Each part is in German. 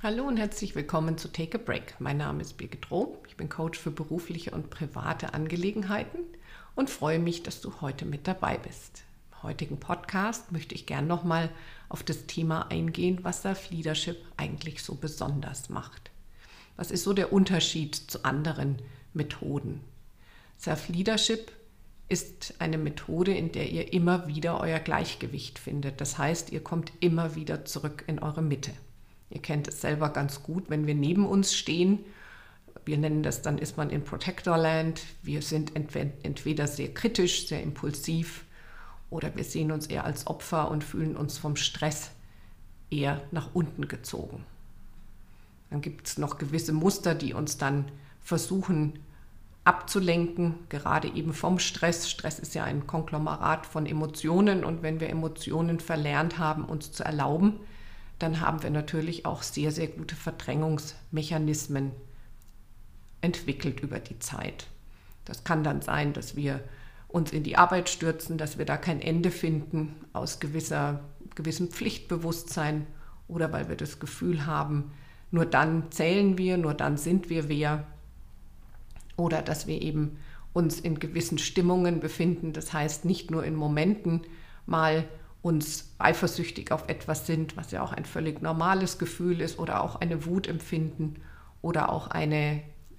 Hallo und herzlich willkommen zu Take a Break. Mein Name ist Birgit Roh. Ich bin Coach für berufliche und private Angelegenheiten und freue mich, dass du heute mit dabei bist. Im heutigen Podcast möchte ich gern nochmal auf das Thema eingehen, was Self-Leadership eigentlich so besonders macht. Was ist so der Unterschied zu anderen Methoden? Self-Leadership ist eine Methode, in der ihr immer wieder euer Gleichgewicht findet. Das heißt, ihr kommt immer wieder zurück in eure Mitte. Ihr kennt es selber ganz gut, wenn wir neben uns stehen. Wir nennen das, dann ist man in Protectorland. Wir sind entweder sehr kritisch, sehr impulsiv oder wir sehen uns eher als Opfer und fühlen uns vom Stress eher nach unten gezogen. Dann gibt es noch gewisse Muster, die uns dann versuchen abzulenken, gerade eben vom Stress. Stress ist ja ein Konglomerat von Emotionen und wenn wir Emotionen verlernt haben, uns zu erlauben, dann haben wir natürlich auch sehr, sehr gute Verdrängungsmechanismen entwickelt über die Zeit. Das kann dann sein, dass wir uns in die Arbeit stürzen, dass wir da kein Ende finden aus gewissem Pflichtbewusstsein oder weil wir das Gefühl haben, nur dann zählen wir, nur dann sind wir wer. Oder dass wir eben uns in gewissen Stimmungen befinden, das heißt nicht nur in Momenten mal uns eifersüchtig auf etwas sind, was ja auch ein völlig normales Gefühl ist, oder auch eine Wut empfinden oder auch einen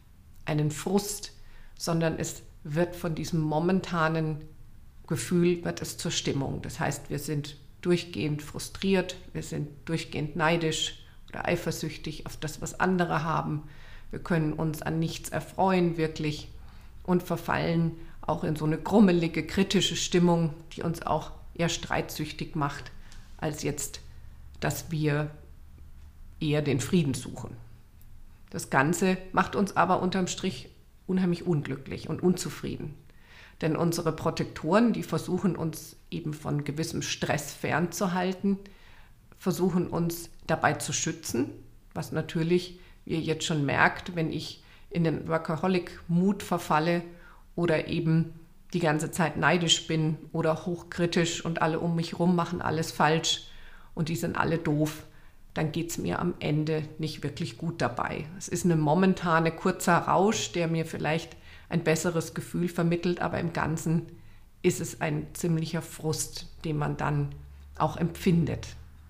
Frust, sondern es wird von diesem momentanen Gefühl, wird es zur Stimmung. Das heißt, wir sind durchgehend frustriert, wir sind durchgehend neidisch oder eifersüchtig auf das, was andere haben. Wir können uns an nichts erfreuen, wirklich, und verfallen auch in so eine grummelige, kritische Stimmung, die uns auch eher streitsüchtig macht, als jetzt, dass wir eher den Frieden suchen. Das Ganze macht uns aber unterm Strich unheimlich unglücklich und unzufrieden. Denn unsere Protektoren, die versuchen uns eben von gewissem Stress fernzuhalten, versuchen uns dabei zu schützen, was natürlich, wie ihr jetzt schon merkt, wenn ich in den Workaholic-Mut verfalle oder eben die ganze Zeit neidisch bin oder hochkritisch und alle um mich herum machen alles falsch und die sind alle doof, dann geht es mir am Ende nicht wirklich gut dabei. Es ist eine momentane kurzer Rausch, der mir vielleicht ein besseres Gefühl vermittelt, aber im Ganzen ist es ein ziemlicher Frust, den man dann auch empfindet.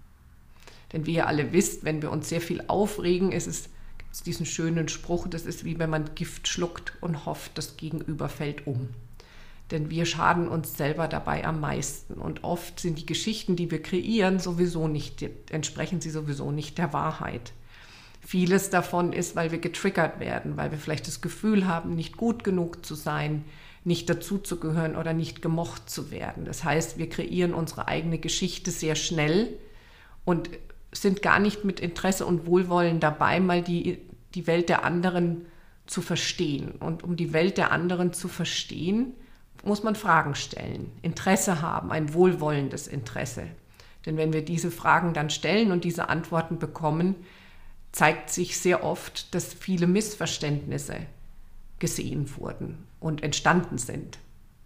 Denn wie ihr alle wisst, wenn wir uns sehr viel aufregen, gibt es diesen schönen Spruch, das ist wie wenn man Gift schluckt und hofft, das Gegenüber fällt um. Denn wir schaden uns selber dabei am meisten. Und oft sind die Geschichten, die wir kreieren, entsprechen sie sowieso nicht der Wahrheit. Vieles davon ist, weil wir getriggert werden, weil wir vielleicht das Gefühl haben, nicht gut genug zu sein, nicht dazuzugehören oder nicht gemocht zu werden. Das heißt, wir kreieren unsere eigene Geschichte sehr schnell und sind gar nicht mit Interesse und Wohlwollen dabei, mal die Welt der anderen zu verstehen. Und um die Welt der anderen zu verstehen, muss man Fragen stellen, Interesse haben, ein wohlwollendes Interesse. Denn wenn wir diese Fragen dann stellen und diese Antworten bekommen, zeigt sich sehr oft, dass viele Missverständnisse gesehen wurden und entstanden sind.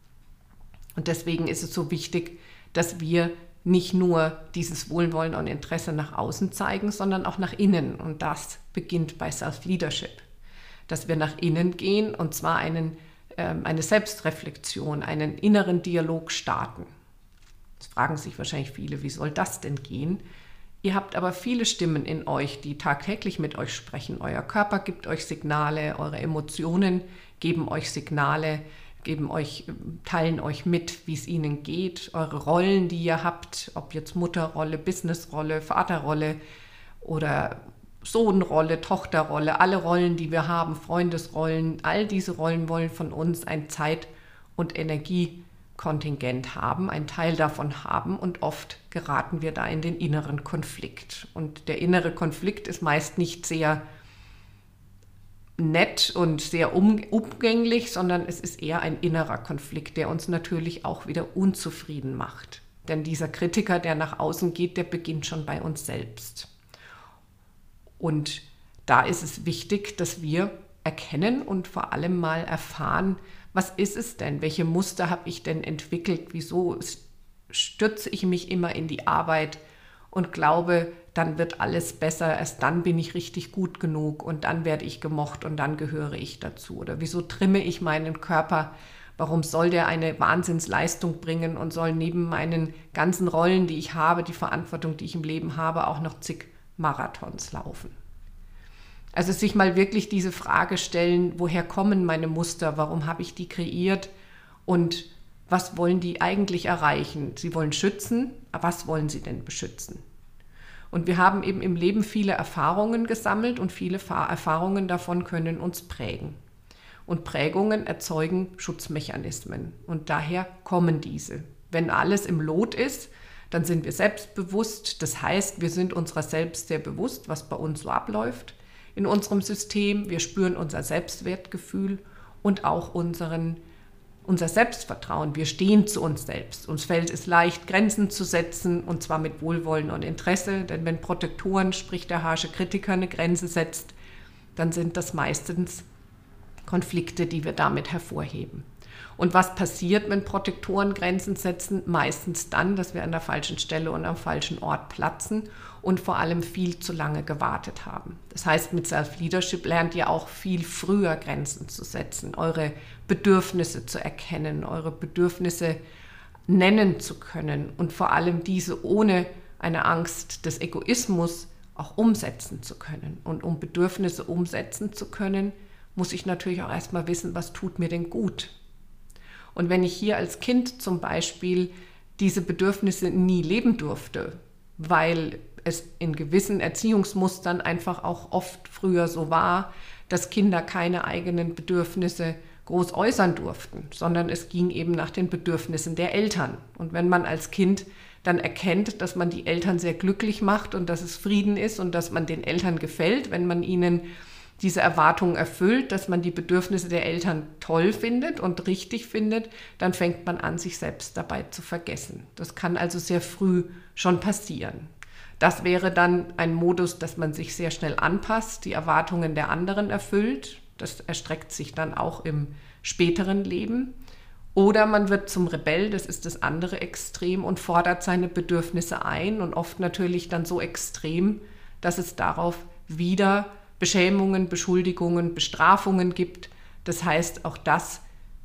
Und deswegen ist es so wichtig, dass wir nicht nur dieses Wohlwollen und Interesse nach außen zeigen, sondern auch nach innen. Und das beginnt bei Self-Leadership. Dass wir nach innen gehen und zwar eine Selbstreflexion, einen inneren Dialog starten. Jetzt fragen sich wahrscheinlich viele, wie soll das denn gehen? Ihr habt aber viele Stimmen in euch, die tagtäglich mit euch sprechen. Euer Körper gibt euch Signale, eure Emotionen geben euch Signale, teilen euch mit, wie es ihnen geht. Eure Rollen, die ihr habt, ob jetzt Mutterrolle, Businessrolle, Vaterrolle oder Sohnrolle, Tochterrolle, alle Rollen, die wir haben, Freundesrollen, all diese Rollen wollen von uns ein Zeit- und Energiekontingent haben, einen Teil davon haben und oft geraten wir da in den inneren Konflikt. Und der innere Konflikt ist meist nicht sehr nett und sehr umgänglich, sondern es ist eher ein innerer Konflikt, der uns natürlich auch wieder unzufrieden macht. Denn dieser Kritiker, der nach außen geht, der beginnt schon bei uns selbst. Und da ist es wichtig, dass wir erkennen und vor allem mal erfahren, was ist es denn? Welche Muster habe ich denn entwickelt? Wieso stürze ich mich immer in die Arbeit und glaube, dann wird alles besser, erst dann bin ich richtig gut genug und dann werde ich gemocht und dann gehöre ich dazu. Oder wieso trimme ich meinen Körper? Warum soll der eine Wahnsinnsleistung bringen und soll neben meinen ganzen Rollen, die ich habe, die Verantwortung, die ich im Leben habe, auch noch zig Marathons laufen? Also sich mal wirklich diese Frage stellen, woher kommen meine Muster, warum habe ich die kreiert und was wollen die eigentlich erreichen? Sie wollen schützen, aber was wollen sie denn beschützen? Und wir haben eben im Leben viele Erfahrungen gesammelt und viele Erfahrungen davon können uns prägen. Und Prägungen erzeugen Schutzmechanismen und daher kommen diese. Wenn alles im Lot ist, dann sind wir selbstbewusst. Das heißt, wir sind unserer selbst sehr bewusst, was bei uns so abläuft in unserem System. Wir spüren unser Selbstwertgefühl und auch unser Selbstvertrauen. Wir stehen zu uns selbst. Uns fällt es leicht, Grenzen zu setzen, und zwar mit Wohlwollen und Interesse. Denn wenn Protektoren, sprich der harsche Kritiker, eine Grenze setzt, dann sind das meistens Konflikte, die wir damit hervorheben. Und was passiert, wenn Protektoren Grenzen setzen? Meistens dann, dass wir an der falschen Stelle und am falschen Ort platzen und vor allem viel zu lange gewartet haben. Das heißt, mit Self-Leadership lernt ihr auch viel früher Grenzen zu setzen, eure Bedürfnisse zu erkennen, eure Bedürfnisse nennen zu können und vor allem diese ohne eine Angst des Egoismus auch umsetzen zu können. Und um Bedürfnisse umsetzen zu können, muss ich natürlich auch erstmal wissen, was tut mir denn gut. Und wenn ich hier als Kind zum Beispiel diese Bedürfnisse nie leben durfte, weil es in gewissen Erziehungsmustern einfach auch oft früher so war, dass Kinder keine eigenen Bedürfnisse groß äußern durften, sondern es ging eben nach den Bedürfnissen der Eltern. Und wenn man als Kind dann erkennt, dass man die Eltern sehr glücklich macht und dass es Frieden ist und dass man den Eltern gefällt, wenn man ihnen diese Erwartungen erfüllt, dass man die Bedürfnisse der Eltern toll findet und richtig findet, dann fängt man an, sich selbst dabei zu vergessen. Das kann also sehr früh schon passieren. Das wäre dann ein Modus, dass man sich sehr schnell anpasst, die Erwartungen der anderen erfüllt. Das erstreckt sich dann auch im späteren Leben. Oder man wird zum Rebell, das ist das andere Extrem, und fordert seine Bedürfnisse ein und oft natürlich dann so extrem, dass es darauf wieder Beschämungen, Beschuldigungen, Bestrafungen gibt. Das heißt, auch das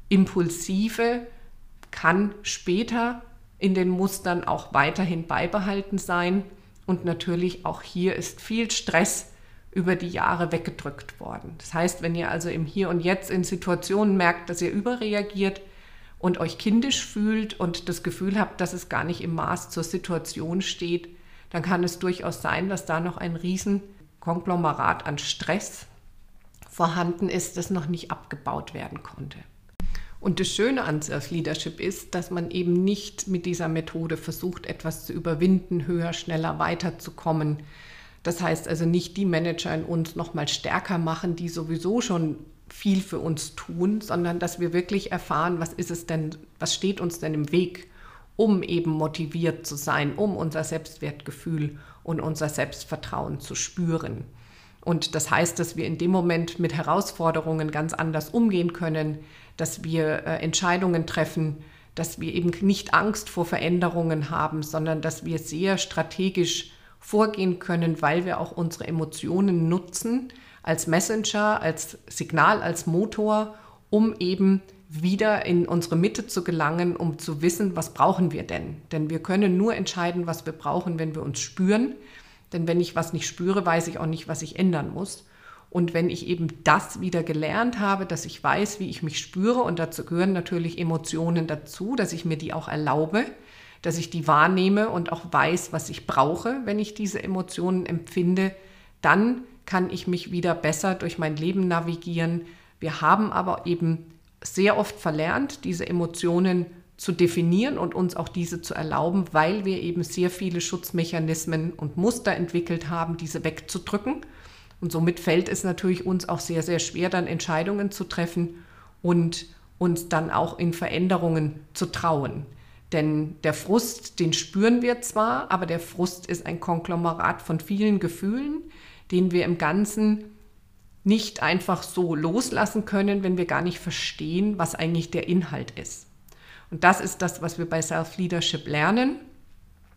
Impulsive kann später in den Mustern auch weiterhin beibehalten sein. Und natürlich auch hier ist viel Stress über die Jahre weggedrückt worden. Das heißt, wenn ihr also im Hier und Jetzt in Situationen merkt, dass ihr überreagiert und euch kindisch fühlt und das Gefühl habt, dass es gar nicht im Maß zur Situation steht, dann kann es durchaus sein, dass da noch ein Riesenkonglomerat an Stress vorhanden ist, das noch nicht abgebaut werden konnte. Und das Schöne an Self-Leadership ist, dass man eben nicht mit dieser Methode versucht, etwas zu überwinden, höher, schneller weiterzukommen. Das heißt also nicht die Manager in uns noch mal stärker machen, die sowieso schon viel für uns tun, sondern dass wir wirklich erfahren, was ist es denn, was steht uns denn im Weg, um eben motiviert zu sein, um unser Selbstwertgefühl und unser Selbstvertrauen zu spüren. Und das heißt, dass wir in dem Moment mit Herausforderungen ganz anders umgehen können, dass wir Entscheidungen treffen, dass wir eben nicht Angst vor Veränderungen haben, sondern dass wir sehr strategisch vorgehen können, weil wir auch unsere Emotionen nutzen als Messenger, als Signal, als Motor, um eben wieder in unsere Mitte zu gelangen, um zu wissen, was brauchen wir denn? Denn wir können nur entscheiden, was wir brauchen, wenn wir uns spüren. Denn wenn ich was nicht spüre, weiß ich auch nicht, was ich ändern muss. Und wenn ich eben das wieder gelernt habe, dass ich weiß, wie ich mich spüre, und dazu gehören natürlich Emotionen dazu, dass ich mir die auch erlaube, dass ich die wahrnehme und auch weiß, was ich brauche, wenn ich diese Emotionen empfinde, dann kann ich mich wieder besser durch mein Leben navigieren. Wir haben aber eben sehr oft verlernt, diese Emotionen zu definieren und uns auch diese zu erlauben, weil wir eben sehr viele Schutzmechanismen und Muster entwickelt haben, diese wegzudrücken. Und somit fällt es natürlich uns auch sehr, sehr schwer, dann Entscheidungen zu treffen und uns dann auch in Veränderungen zu trauen. Denn der Frust, den spüren wir zwar, aber der Frust ist ein Konglomerat von vielen Gefühlen, den wir im Ganzen nicht einfach so loslassen können, wenn wir gar nicht verstehen, was eigentlich der Inhalt ist. Und das ist das, was wir bei Self-Leadership lernen.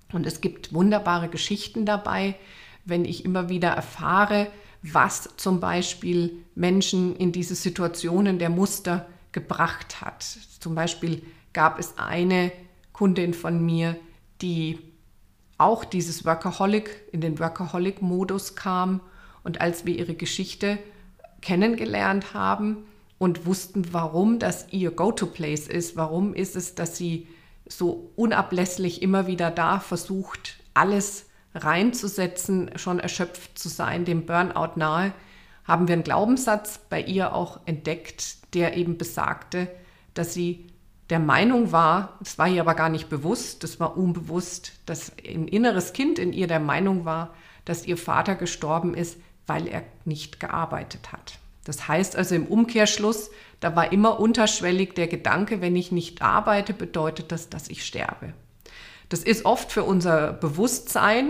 Und es gibt wunderbare Geschichten dabei, wenn ich immer wieder erfahre, was zum Beispiel Menschen in diese Situationen der Muster gebracht hat. Zum Beispiel gab es eine Kundin von mir, die auch dieses in den Workaholic-Modus kam. Und als wir ihre Geschichte kennengelernt haben und wussten, warum das ihr Go-to-Place ist, warum ist es, dass sie so unablässlich immer wieder da versucht, alles reinzusetzen, schon erschöpft zu sein, dem Burnout nahe, haben wir einen Glaubenssatz bei ihr auch entdeckt, der eben besagte, dass sie der Meinung war, das war ihr aber gar nicht bewusst, das war unbewusst, dass ein inneres Kind in ihr der Meinung war, dass ihr Vater gestorben ist, weil er nicht gearbeitet hat. Das heißt also im Umkehrschluss, da war immer unterschwellig der Gedanke, wenn ich nicht arbeite, bedeutet das, dass ich sterbe. Das ist oft für unser Bewusstsein,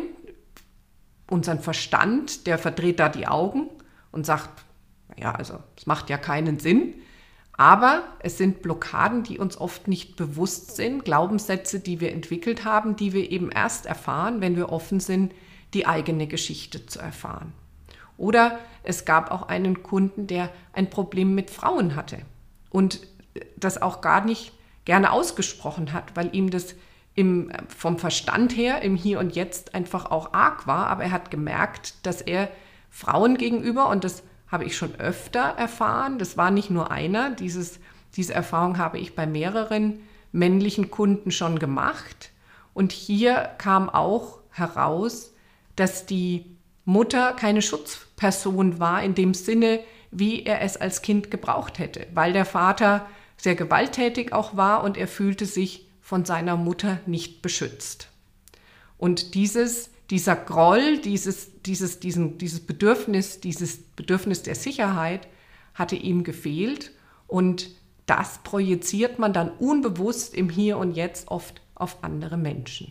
unseren Verstand, der verdreht da die Augen und sagt, naja, also es macht ja keinen Sinn. Aber es sind Blockaden, die uns oft nicht bewusst sind, Glaubenssätze, die wir entwickelt haben, die wir eben erst erfahren, wenn wir offen sind, die eigene Geschichte zu erfahren. Oder es gab auch einen Kunden, der ein Problem mit Frauen hatte und das auch gar nicht gerne ausgesprochen hat, weil ihm das vom Verstand her im Hier und Jetzt einfach auch arg war. Aber er hat gemerkt, dass er Frauen gegenüber, und das habe ich schon öfter erfahren, das war nicht nur einer, diese Erfahrung habe ich bei mehreren männlichen Kunden schon gemacht. Und hier kam auch heraus, dass die Mutter keine Schutzperson war in dem Sinne, wie er es als Kind gebraucht hätte, weil der Vater sehr gewalttätig auch war und er fühlte sich von seiner Mutter nicht beschützt. Und dieser Groll, dieses Bedürfnis der Sicherheit hatte ihm gefehlt und das projiziert man dann unbewusst im Hier und Jetzt oft auf andere Menschen.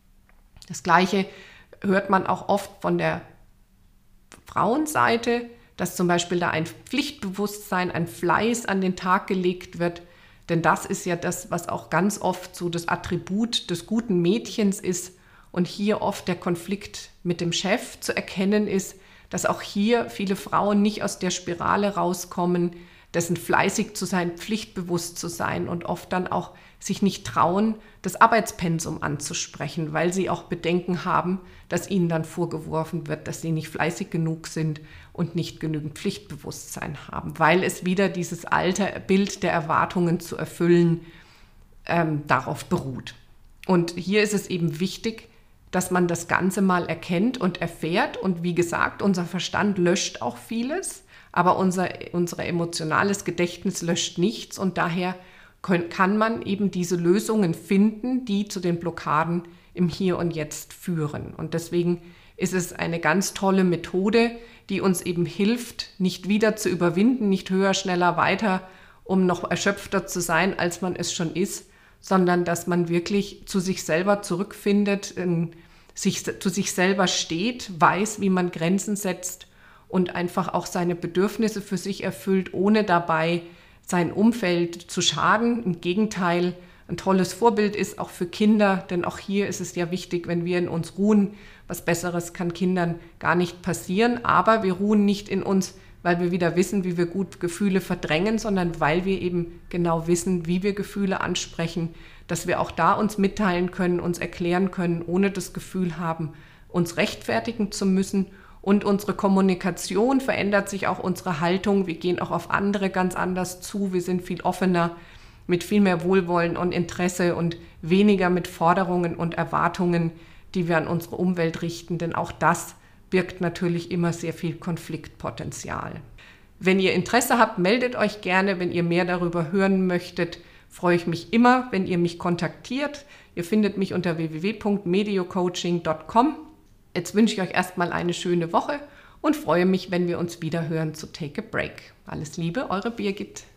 Das Gleiche hört man auch oft von der Frauenseite, dass zum Beispiel da ein Pflichtbewusstsein, ein Fleiß an den Tag gelegt wird. Denn das ist ja das, was auch ganz oft so das Attribut des guten Mädchens ist. Und hier oft der Konflikt mit dem Chef zu erkennen ist, dass auch hier viele Frauen nicht aus der Spirale rauskommen, dessen fleißig zu sein, pflichtbewusst zu sein und oft dann auch sich nicht trauen, das Arbeitspensum anzusprechen, weil sie auch Bedenken haben, dass ihnen dann vorgeworfen wird, dass sie nicht fleißig genug sind und nicht genügend Pflichtbewusstsein haben, weil es wieder dieses alte Bild der Erwartungen zu erfüllen darauf beruht. Und hier ist es eben wichtig, dass man das Ganze mal erkennt und erfährt. Und wie gesagt, unser Verstand löscht auch vieles, aber unser emotionales Gedächtnis löscht nichts. Und daher kann man eben diese Lösungen finden, die zu den Blockaden im Hier und Jetzt führen. Und deswegen ist es eine ganz tolle Methode, die uns eben hilft, nicht wieder zu überwinden, nicht höher, schneller, weiter, um noch erschöpfter zu sein, als man es schon ist, sondern dass man wirklich zu sich selber zurückfindet, zu sich selber steht, weiß, wie man Grenzen setzt und einfach auch seine Bedürfnisse für sich erfüllt, ohne dabei sein Umfeld zu schaden. Im Gegenteil, ein tolles Vorbild ist auch für Kinder, denn auch hier ist es ja wichtig, wenn wir in uns ruhen, was Besseres kann Kindern gar nicht passieren, aber wir ruhen nicht in uns, weil wir wieder wissen, wie wir gut Gefühle verdrängen, sondern weil wir eben genau wissen, wie wir Gefühle ansprechen, dass wir auch da uns mitteilen können, uns erklären können, ohne das Gefühl haben, uns rechtfertigen zu müssen. Und unsere Kommunikation verändert sich auch, unsere Haltung. Wir gehen auch auf andere ganz anders zu. Wir sind viel offener, mit viel mehr Wohlwollen und Interesse und weniger mit Forderungen und Erwartungen, die wir an unsere Umwelt richten. Denn auch das birgt natürlich immer sehr viel Konfliktpotenzial. Wenn ihr Interesse habt, meldet euch gerne. Wenn ihr mehr darüber hören möchtet, freue ich mich immer, wenn ihr mich kontaktiert. Ihr findet mich unter www.mediocoaching.com. Jetzt wünsche ich euch erstmal eine schöne Woche und freue mich, wenn wir uns wieder hören zu Take a Break. Alles Liebe, eure Birgit.